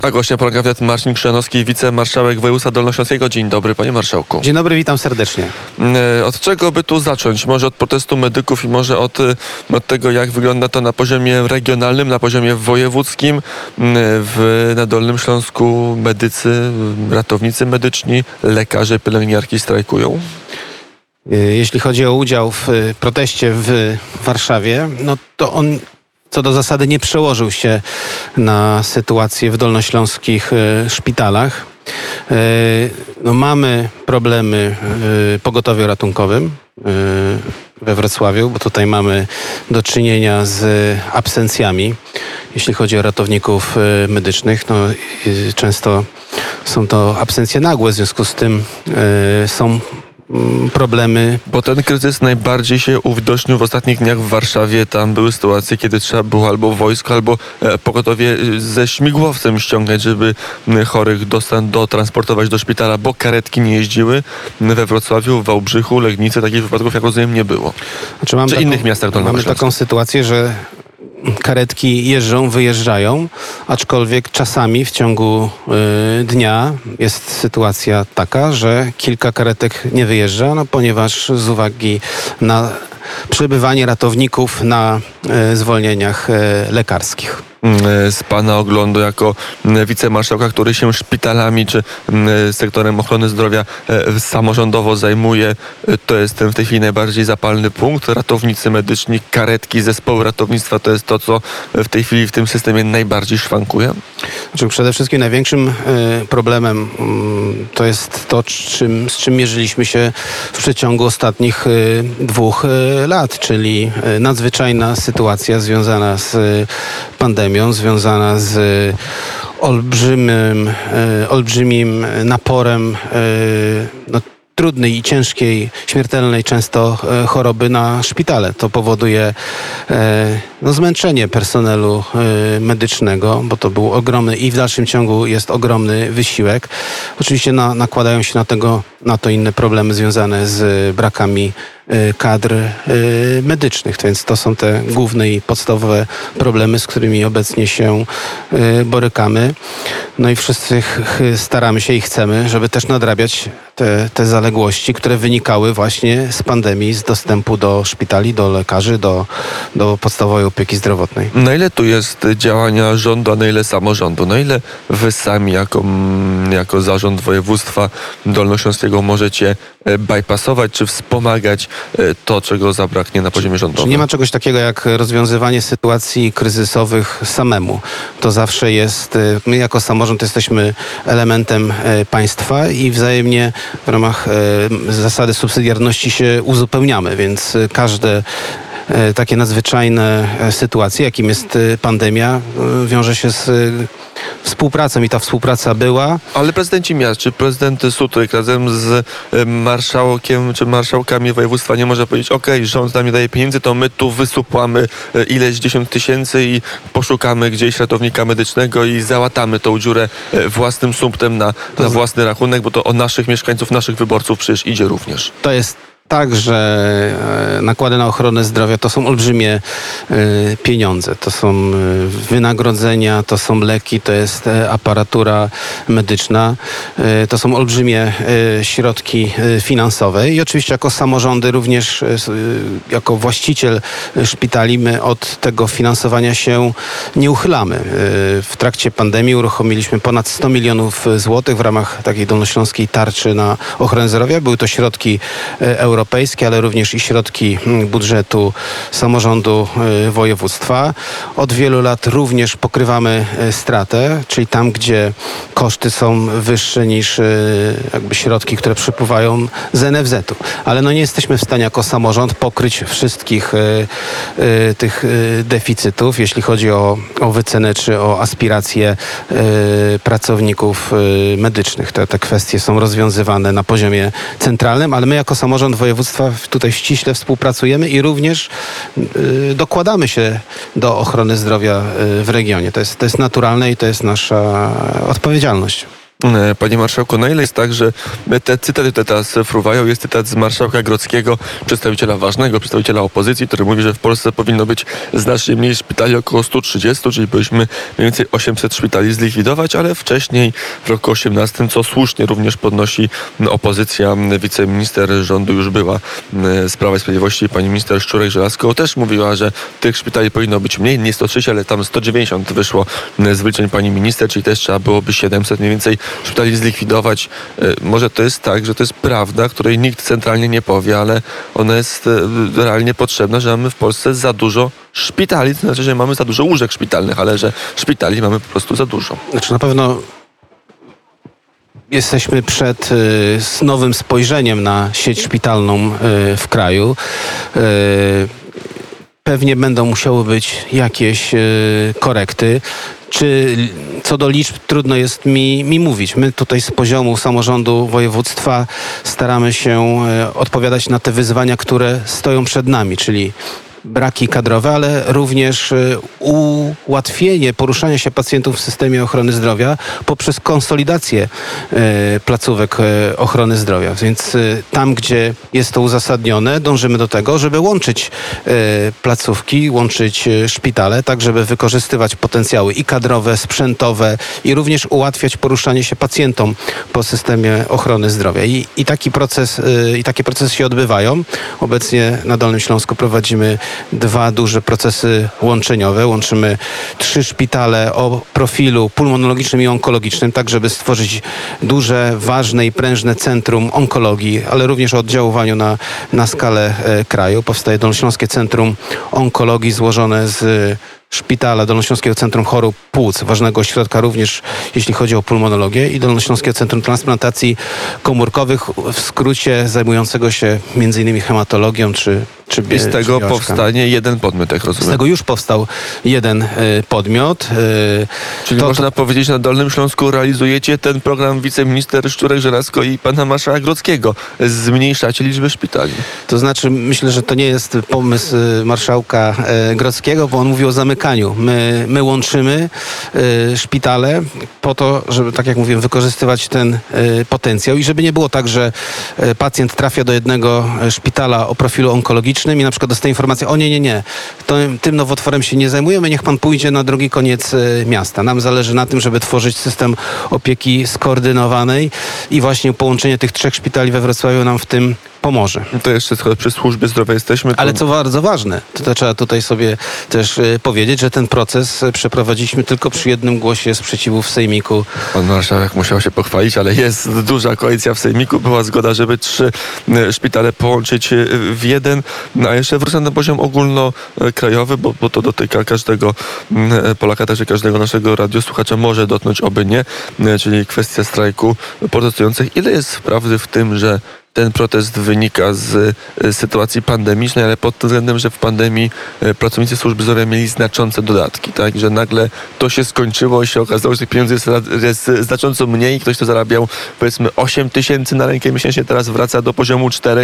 A gościem polega Marcin Krzyżanowski, wicemarszałek województwa dolnośląskiego. Dzień dobry, panie marszałku. Dzień dobry, witam serdecznie. Od czego by tu zacząć? Może od protestu medyków i może od tego, jak wygląda to na poziomie regionalnym, na poziomie wojewódzkim. Na Dolnym Śląsku medycy, ratownicy medyczni, lekarze, pielęgniarki strajkują. Jeśli chodzi o udział w proteście w Warszawie, no to on co do zasady nie przełożył się na sytuację w dolnośląskich szpitalach. No, mamy problemy w pogotowiu ratunkowym we Wrocławiu, bo tutaj mamy do czynienia z absencjami, jeśli chodzi o ratowników medycznych. No, często są to absencje nagłe, w związku z tym są problemy. Bo ten kryzys najbardziej się uwidocznił w ostatnich dniach w Warszawie. Tam były sytuacje, kiedy trzeba było albo wojsko, albo pogotowie ze śmigłowcem ściągać, żeby chorych dotransportować do szpitala, bo karetki nie jeździły. We Wrocławiu, w Wałbrzychu, Legnicy takich wypadków, jak rozumiem, nie było. Czy innych miastach Dolnego Mamy Śląska. taką sytuację, że karetki jeżdżą, wyjeżdżają, aczkolwiek czasami w ciągu dnia jest sytuacja taka, że kilka karetek nie wyjeżdża, no, ponieważ z uwagi na przebywanie ratowników na zwolnieniach lekarskich. Z pana oglądu jako wicemarszałka, który się szpitalami czy sektorem ochrony zdrowia samorządowo zajmuje, to jest ten w tej chwili najbardziej zapalny punkt. Ratownicy medyczni, karetki, zespoły ratownictwa to jest to, co w tej chwili w tym systemie najbardziej szwankuje? Znaczy, przede wszystkim największym problemem to jest to, z czym mierzyliśmy się w przeciągu ostatnich 2 lat, czyli nadzwyczajna sytuacja związana z pandemią, związana z olbrzymim naporem trudnej i ciężkiej, śmiertelnej często choroby na szpitale. To powoduje zmęczenie personelu medycznego, bo to był ogromny i w dalszym ciągu jest ogromny wysiłek. Oczywiście nakładają się na to inne problemy związane z brakami kadr medycznych, więc to są te główne i podstawowe problemy, z którymi obecnie się borykamy. No i wszyscy staramy się i chcemy, żeby też nadrabiać te zaległości, które wynikały właśnie z pandemii, z dostępu do szpitali, do lekarzy, do podstawowej opieki zdrowotnej. Na ile tu jest działania rządu, a na ile samorządu? Na ile wy sami jako zarząd województwa dolnośląskiego możecie bypassować czy wspomagać to, czego zabraknie na poziomie rządowym? Nie ma czegoś takiego jak rozwiązywanie sytuacji kryzysowych samemu. To zawsze jest, my jako samorząd jesteśmy elementem państwa i wzajemnie w ramach zasady subsydiarności się uzupełniamy, więc każde takie nadzwyczajne sytuacje, jakim jest pandemia, wiąże się z współpracą i ta współpraca była. Ale prezydenci miast, czy prezydent Sutek razem z marszałkiem, czy marszałkami województwa nie może powiedzieć: okej, rząd nam nie daje pieniędzy, to my tu wysupłamy ileś 10 tysięcy i poszukamy gdzieś ratownika medycznego i załatamy tą dziurę własnym sumptem na własny rachunek, bo to o naszych mieszkańców, naszych wyborców przecież idzie również. To jest tak, że nakłady na ochronę zdrowia to są olbrzymie pieniądze. To są wynagrodzenia, to są leki, to jest aparatura medyczna. To są olbrzymie środki finansowe i oczywiście jako samorządy również, jako właściciel szpitali, my od tego finansowania się nie uchylamy. W trakcie pandemii uruchomiliśmy ponad 100 milionów złotych w ramach takiej dolnośląskiej tarczy na ochronę zdrowia. Były to środki europejskie, ale również i środki budżetu samorządu województwa. Od wielu lat również pokrywamy stratę, czyli tam, gdzie koszty są wyższe niż jakby środki, które przypływają z NFZ-u. Ale nie jesteśmy w stanie jako samorząd pokryć wszystkich tych deficytów, jeśli chodzi o wycenę czy o aspiracje pracowników medycznych. Te kwestie są rozwiązywane na poziomie centralnym, ale my jako samorząd województwa tutaj ściśle współpracujemy i również dokładamy się do ochrony zdrowia w regionie. To jest naturalne i to jest nasza odpowiedzialność. Panie marszałku, na ile jest tak, że te cytaty teraz fruwają, jest cytat z marszałka Grodzkiego, przedstawiciela ważnego, przedstawiciela opozycji, który mówi, że w Polsce powinno być znacznie mniej szpitali, około 130, czyli powinniśmy mniej więcej 800 szpitali zlikwidować, ale wcześniej w roku 2018, co słusznie również podnosi opozycja, wiceminister rządu już była z Prawa i Sprawiedliwości, pani minister Szczurek-Żelazko też mówiła, że tych szpitali powinno być mniej, nie 130, ale tam 190 wyszło z wyliczeń pani minister, czyli też trzeba byłoby 700 mniej więcej szpitali zlikwidować. Może to jest tak, że to jest prawda, której nikt centralnie nie powie, ale ona jest realnie potrzebna, że mamy w Polsce za dużo szpitali, to znaczy, że mamy za dużo łóżek szpitalnych, ale że szpitali mamy po prostu za dużo. Znaczy na pewno jesteśmy przed nowym spojrzeniem na sieć szpitalną w kraju. Pewnie będą musiały być jakieś korekty. Co do liczb trudno jest mi mówić. My tutaj z poziomu samorządu województwa staramy się odpowiadać na te wyzwania, które stoją przed nami, czyli braki kadrowe, ale również ułatwienie poruszania się pacjentów w systemie ochrony zdrowia poprzez konsolidację placówek ochrony zdrowia. Więc tam, gdzie jest to uzasadnione, dążymy do tego, żeby łączyć placówki, łączyć szpitale, tak żeby wykorzystywać potencjały i kadrowe, sprzętowe i również ułatwiać poruszanie się pacjentom po systemie ochrony zdrowia. I takie procesy się odbywają. Obecnie na Dolnym Śląsku prowadzimy 2 duże procesy łączeniowe. Łączymy 3 szpitale o profilu pulmonologicznym i onkologicznym, tak żeby stworzyć duże, ważne i prężne centrum onkologii, ale również o oddziaływaniu na skalę kraju. Powstaje Dolnośląskie Centrum Onkologii złożone z szpitala Dolnośląskiego Centrum Chorób Płuc, ważnego ośrodka również jeśli chodzi o pulmonologię, i Dolnośląskiego Centrum Transplantacji Komórkowych, w skrócie zajmującego się m.in. hematologią czy I z tego powstanie jeden podmiot, jak rozumiem. Z tego już powstał jeden podmiot. Czyli można powiedzieć, na Dolnym Śląsku realizujecie ten program wiceminister Szczurek-Żelazko i pana marszałka Grodzkiego. Zmniejszacie liczbę szpitali. To znaczy, myślę, że to nie jest pomysł marszałka Grodzkiego, bo on mówi o zamykaniu. My łączymy szpitale po to, żeby, tak jak mówiłem, wykorzystywać ten potencjał i żeby nie było tak, że pacjent trafia do jednego szpitala o profilu onkologicznym i na przykład dostaje informację: o nie, tym nowotworem się nie zajmujemy, niech pan pójdzie na drugi koniec miasta. Nam zależy na tym, żeby tworzyć system opieki skoordynowanej i właśnie połączenie tych 3 szpitali we Wrocławiu nam w tym pomoże. To jeszcze przy służbie zdrowia jesteśmy. Ale co bardzo ważne, to trzeba tutaj sobie też powiedzieć, że ten proces przeprowadziliśmy tylko przy jednym głosie sprzeciwu w Sejmiku. Pan marszałek musiał się pochwalić, ale jest duża koalicja w Sejmiku. Była zgoda, żeby 3 szpitale połączyć w jeden. A jeszcze wrócę na poziom ogólnokrajowy, bo to dotyka każdego Polaka, także każdego naszego radiosłuchacza może dotknąć, oby nie, czyli kwestia strajku protestujących. Ile jest prawdy w tym, że ten protest wynika z sytuacji pandemicznej, ale pod tym względem, że w pandemii pracownicy służby zdrowia mieli znaczące dodatki, tak? Że nagle to się skończyło i się okazało, że tych pieniędzy jest znacząco mniej. Ktoś, kto zarabiał powiedzmy 8 000 na rękę miesięcznie, teraz wraca do poziomu 4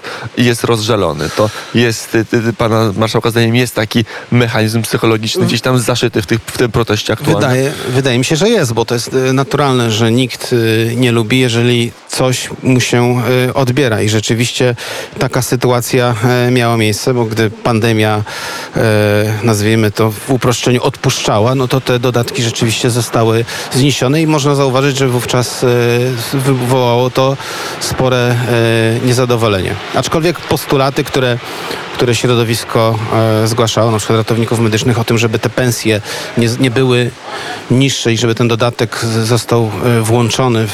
i jest rozżalony. To jest, pana marszałka zdaniem, jest taki mechanizm psychologiczny gdzieś tam zaszyty w tym proteście aktualnym. Wydaje mi się, że jest, bo to jest naturalne, że nikt nie lubi, jeżeli coś mu się odbiera. I rzeczywiście taka sytuacja miała miejsce, bo gdy pandemia, nazwijmy to w uproszczeniu, odpuszczała, no to te dodatki rzeczywiście zostały zniesione i można zauważyć, że wówczas wywołało to spore niezadowolenie. Aczkolwiek postulaty, które środowisko zgłaszało, na przykład ratowników medycznych, o tym, żeby te pensje nie były niższe i żeby ten dodatek został włączony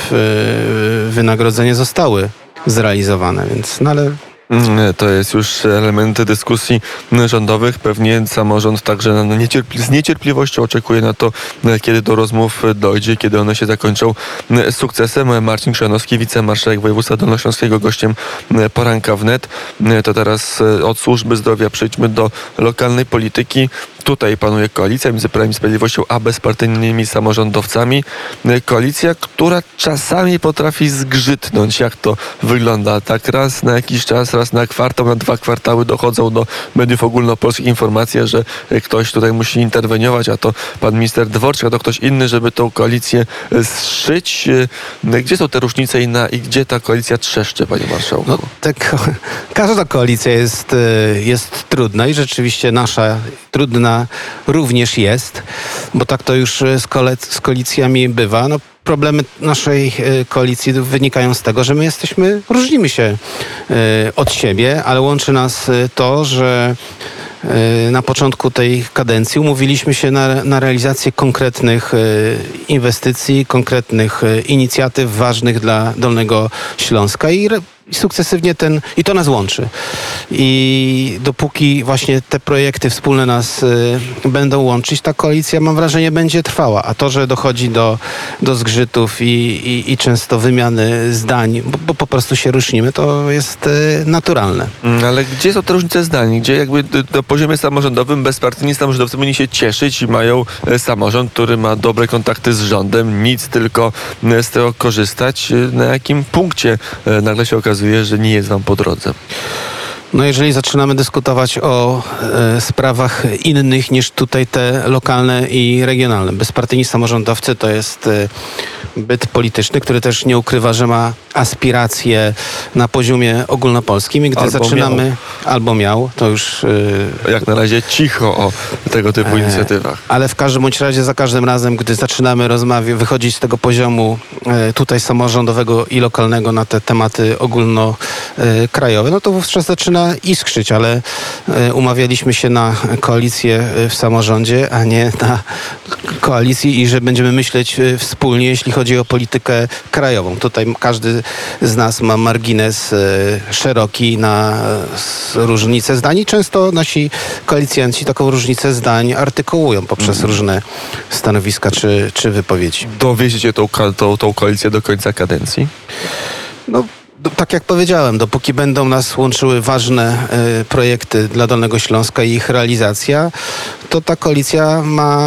w wynagrodzenie, zostały zrealizowane, więc ale to jest już element dyskusji rządowych. Pewnie samorząd także z niecierpliwością oczekuje na to, kiedy do rozmów dojdzie, kiedy one się zakończą sukcesem. Marcin Chrzanowski, wicemarszałek województwa dolnośląskiego, gościem poranka wnet. To teraz od służby zdrowia przejdźmy do lokalnej polityki. tutaj panuje koalicja między Prawem i Sprawiedliwością a bezpartyjnymi samorządowcami. Koalicja, która czasami potrafi zgrzytnąć. Jak to wygląda? Tak raz na jakiś czas, raz na kwartał, na 2 kwartały dochodzą do mediów ogólnopolskich informacje, że ktoś tutaj musi interweniować, a to pan minister Dworczyk, a to ktoś inny, żeby tą koalicję zszyć. Gdzie są te różnice i gdzie ta koalicja trzeszczy, panie marszałku? No, każda koalicja jest trudna i rzeczywiście nasza trudna również jest, bo tak to już z koalicjami bywa. No, problemy naszej koalicji wynikają z tego, że my różnimy się od siebie, ale łączy nas to, że na początku tej kadencji umówiliśmy się na realizację konkretnych inwestycji, konkretnych inicjatyw ważnych dla Dolnego Śląska i sukcesywnie i to nas łączy. I dopóki właśnie te projekty wspólne nas będą łączyć, ta koalicja, mam wrażenie, będzie trwała. A to, że dochodzi do zgrzytów i często wymiany zdań, bo po prostu się różnimy, to jest naturalne. Ale gdzie są te różnice zdań? Gdzie jakby na poziomie samorządowym bezpartyjni samorządowcy powinni się cieszyć i mają samorząd, który ma dobre kontakty z rządem, nic tylko z tego korzystać. Na jakim punkcie nagle się okazuje, że nie jest wam po drodze? No jeżeli zaczynamy dyskutować o sprawach innych niż tutaj te lokalne i regionalne. Bezpartyjni samorządowcy to jest byt polityczny, który też nie ukrywa, że ma aspiracje na poziomie ogólnopolskim. I gdy zaczynamy... Albo miał, to już... Jak na razie cicho o tego typu inicjatywach. Ale w każdym bądź razie, za każdym razem, gdy zaczynamy wychodzić z tego poziomu tutaj samorządowego i lokalnego na te tematy ogólnokrajowe, no to wówczas zaczyna iskrzyć, ale umawialiśmy się na koalicję w samorządzie, a nie na koalicji i że będziemy myśleć wspólnie, jeśli chodzi o politykę krajową. Tutaj każdy z nas ma margines szeroki na różnice zdań i często nasi koalicjanci taką różnicę zdań artykułują poprzez różne stanowiska czy wypowiedzi. Dowieziecie tą koalicję do końca kadencji? No, tak jak powiedziałem, dopóki będą nas łączyły ważne projekty dla Dolnego Śląska i ich realizacja, to ta koalicja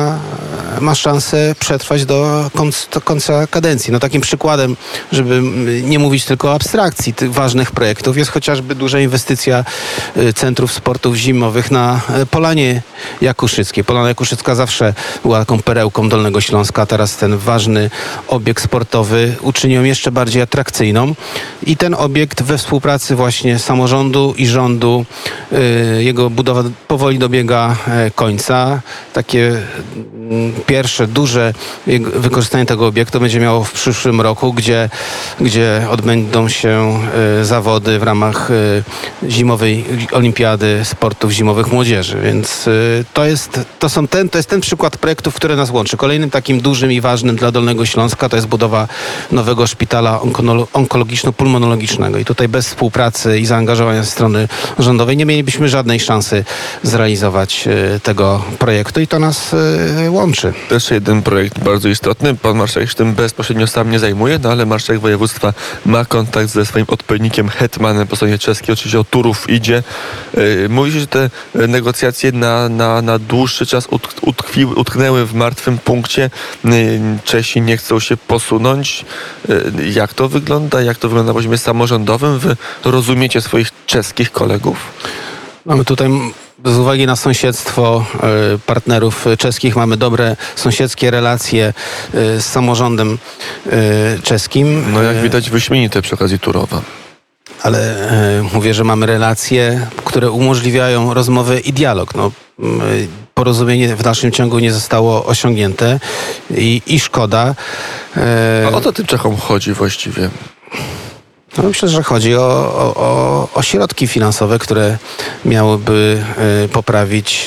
ma szansę przetrwać do końca kadencji. No takim przykładem, żeby nie mówić tylko o abstrakcji tych ważnych projektów, jest chociażby duża inwestycja centrów sportów zimowych na Polanie Jakuszyckiej. Polana Jakuszycka zawsze była taką perełką Dolnego Śląska, a teraz ten ważny obiekt sportowy uczynił ją jeszcze bardziej atrakcyjną i ten obiekt we współpracy właśnie samorządu i rządu, jego budowa powoli dobiega końca. Takie pierwsze duże wykorzystanie tego obiektu będzie miało w przyszłym roku, gdzie odbędą się zawody w ramach zimowej olimpiady sportów zimowych młodzieży. Więc to jest ten przykład projektów, które nas łączy. Kolejnym takim dużym i ważnym dla Dolnego Śląska to jest budowa nowego szpitala onkologiczno-pulmonologicznego. I tutaj bez współpracy i zaangażowania ze strony rządowej nie mielibyśmy żadnej szansy zrealizować tego projektu i to nas łączy. Też jeden projekt bardzo istotny. Pan marszałek się tym bezpośrednio sam nie zajmuje, no ale marszałek województwa ma kontakt ze swoim odpowiednikiem, hetmanem po stronie czeskiej. Oczywiście o Turów idzie. Mówi się, że te negocjacje na dłuższy czas utknęły w martwym punkcie. Czesi nie chcą się posunąć. Jak to wygląda? Jak to wygląda na poziomie samorządowym? Wy rozumiecie swoich czeskich kolegów? Mamy tutaj z uwagi na sąsiedztwo partnerów czeskich mamy dobre sąsiedzkie relacje z samorządem czeskim. No jak widać wyśmienite przy okazji Turowa. Ale mówię, że mamy relacje, które umożliwiają rozmowę i dialog. No, porozumienie w dalszym ciągu nie zostało osiągnięte i szkoda. A o to tym Czechom chodzi właściwie? No myślę, że chodzi o środki finansowe, które miałyby poprawić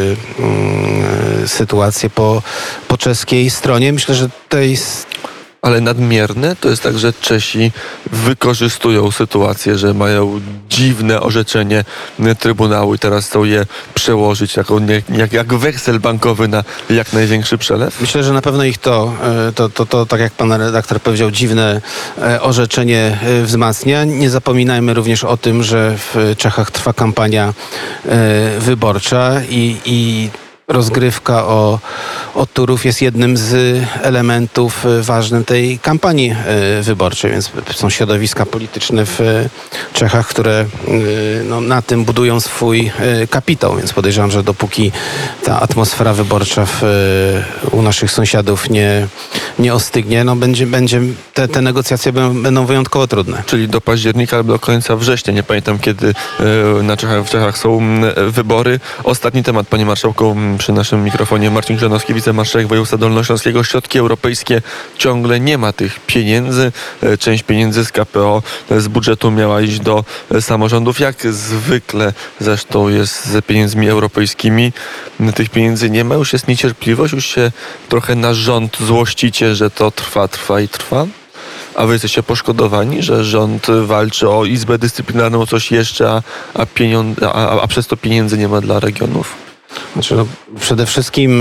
sytuację po czeskiej stronie. Myślę, że tutaj... Ale nadmierne to jest tak, że Czesi wykorzystują sytuację, że mają dziwne orzeczenie Trybunału i teraz chcą je przełożyć jak weksel bankowy na jak największy przelew? Myślę, że na pewno ich to tak jak pan redaktor powiedział, dziwne orzeczenie wzmacnia. Nie zapominajmy również o tym, że w Czechach trwa kampania wyborcza i rozgrywka o Turów jest jednym z elementów ważnych tej kampanii wyborczej, więc są środowiska polityczne w Czechach, które na tym budują swój kapitał, więc podejrzewam, że dopóki ta atmosfera wyborcza u naszych sąsiadów nie ostygnie, te negocjacje będą wyjątkowo trudne. Czyli do października albo do końca września. Nie pamiętam, kiedy w Czechach są wybory. Ostatni temat, panie marszałku, przy naszym mikrofonie. Marcin Chrzanowski, wicemarszałek województwa dolnośląskiego. Środki europejskie ciągle nie ma tych pieniędzy. Część pieniędzy z KPO, z budżetu miała iść do samorządów. Jak zwykle zresztą jest z pieniędzmi europejskimi. Tych pieniędzy nie ma. Już jest niecierpliwość. Już się trochę na rząd złościcie, że to trwa. A wy jesteście poszkodowani, że rząd walczy o Izbę Dyscyplinarną, coś jeszcze, a przez to pieniędzy nie ma dla regionów? Znaczy, przede wszystkim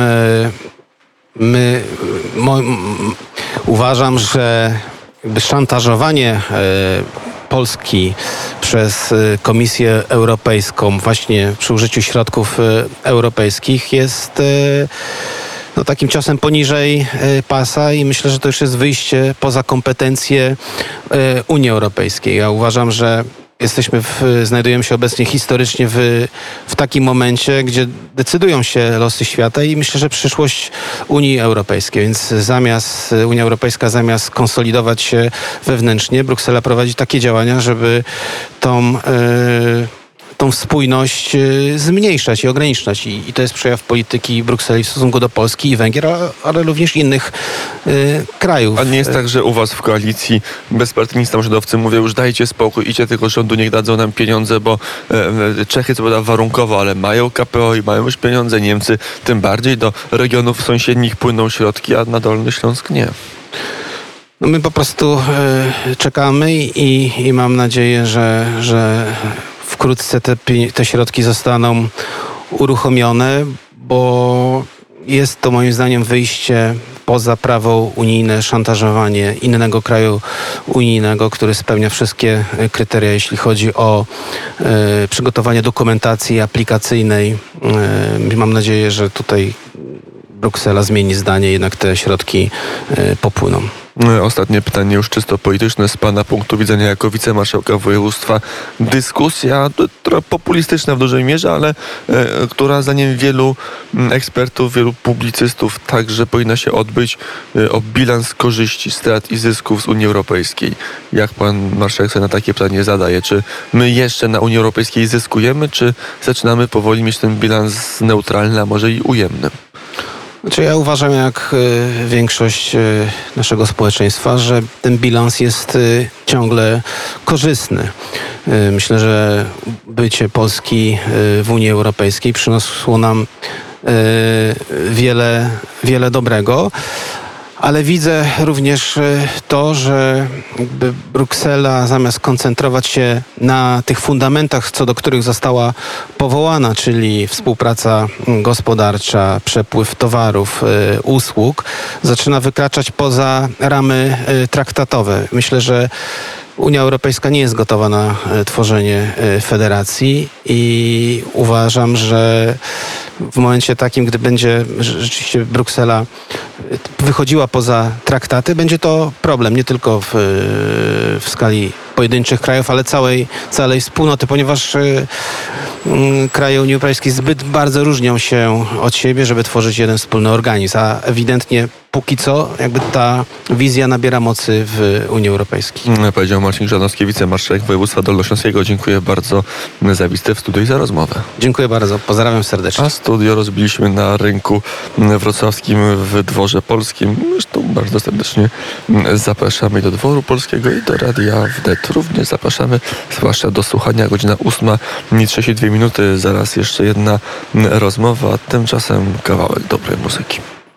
uważam, że jakby szantażowanie Polski przez Komisję Europejską właśnie przy użyciu środków europejskich jest takim ciosem poniżej pasa i myślę, że to już jest wyjście poza kompetencje Unii Europejskiej. Ja uważam, że znajdujemy się obecnie historycznie w takim momencie, gdzie decydują się losy świata i myślę, że przyszłość Unii Europejskiej. Więc Unia Europejska zamiast konsolidować się wewnętrznie, Bruksela prowadzi takie działania, żeby tą spójność zmniejszać i ograniczać. I to jest przejaw polityki Brukseli w stosunku do Polski i Węgier, ale również innych krajów. A nie jest tak, że u was w koalicji bezpartyjni samorządowcy mówią, już dajcie spokój, idźcie tego rządu, niech dadzą nam pieniądze, bo Czechy co prawda warunkowo, ale mają KPO i mają już pieniądze. Niemcy tym bardziej, do regionów sąsiednich płyną środki, a na Dolny Śląsk nie. My po prostu czekamy i mam nadzieję, że wkrótce te środki zostaną uruchomione, bo jest to moim zdaniem wyjście poza prawo unijne, szantażowanie innego kraju unijnego, który spełnia wszystkie kryteria, jeśli chodzi o przygotowanie dokumentacji aplikacyjnej. Mam nadzieję, że tutaj Bruksela zmieni zdanie, jednak te środki popłyną. Ostatnie pytanie, już czysto polityczne, z pana punktu widzenia jako wicemarszałka województwa. Dyskusja trochę populistyczna w dużej mierze, ale która zdaniem wielu ekspertów, wielu publicystów także powinna się odbyć, o bilans korzyści, strat i zysków z Unii Europejskiej. Jak pan marszałek sobie na takie pytanie zadaje? Czy my jeszcze na Unii Europejskiej zyskujemy, czy zaczynamy powoli mieć ten bilans neutralny, a może i ujemny? Ja uważam, jak większość naszego społeczeństwa, że ten bilans jest ciągle korzystny. Myślę, że bycie Polski w Unii Europejskiej przyniosło nam wiele dobrego. Ale widzę również to, że jakby Bruksela zamiast koncentrować się na tych fundamentach, co do których została powołana, czyli współpraca gospodarcza, przepływ towarów, usług, zaczyna wykraczać poza ramy traktatowe. Myślę, że Unia Europejska nie jest gotowa na tworzenie federacji i uważam, że w momencie takim, gdy będzie rzeczywiście Bruksela wychodziła poza traktaty, będzie to problem nie tylko w skali pojedynczych krajów, ale całej wspólnoty, ponieważ kraje Unii Europejskiej zbyt bardzo różnią się od siebie, żeby tworzyć jeden wspólny organizm, a ewidentnie póki co jakby ta wizja nabiera mocy w Unii Europejskiej. Powiedział Marcin Chrzanowski, wicemarszałek województwa dolnośląskiego. Dziękuję bardzo za wizytę w studiu i za rozmowę. Dziękuję bardzo, pozdrawiam serdecznie. A studio rozbiliśmy na rynku wrocławskim w Dworze Polskim. Zresztą bardzo serdecznie zapraszamy do Dworu Polskiego i do Radia Wnet. Również zapraszamy, zwłaszcza do słuchania. Godzina 8:32. Zaraz jeszcze jedna rozmowa, tymczasem kawałek dobrej muzyki.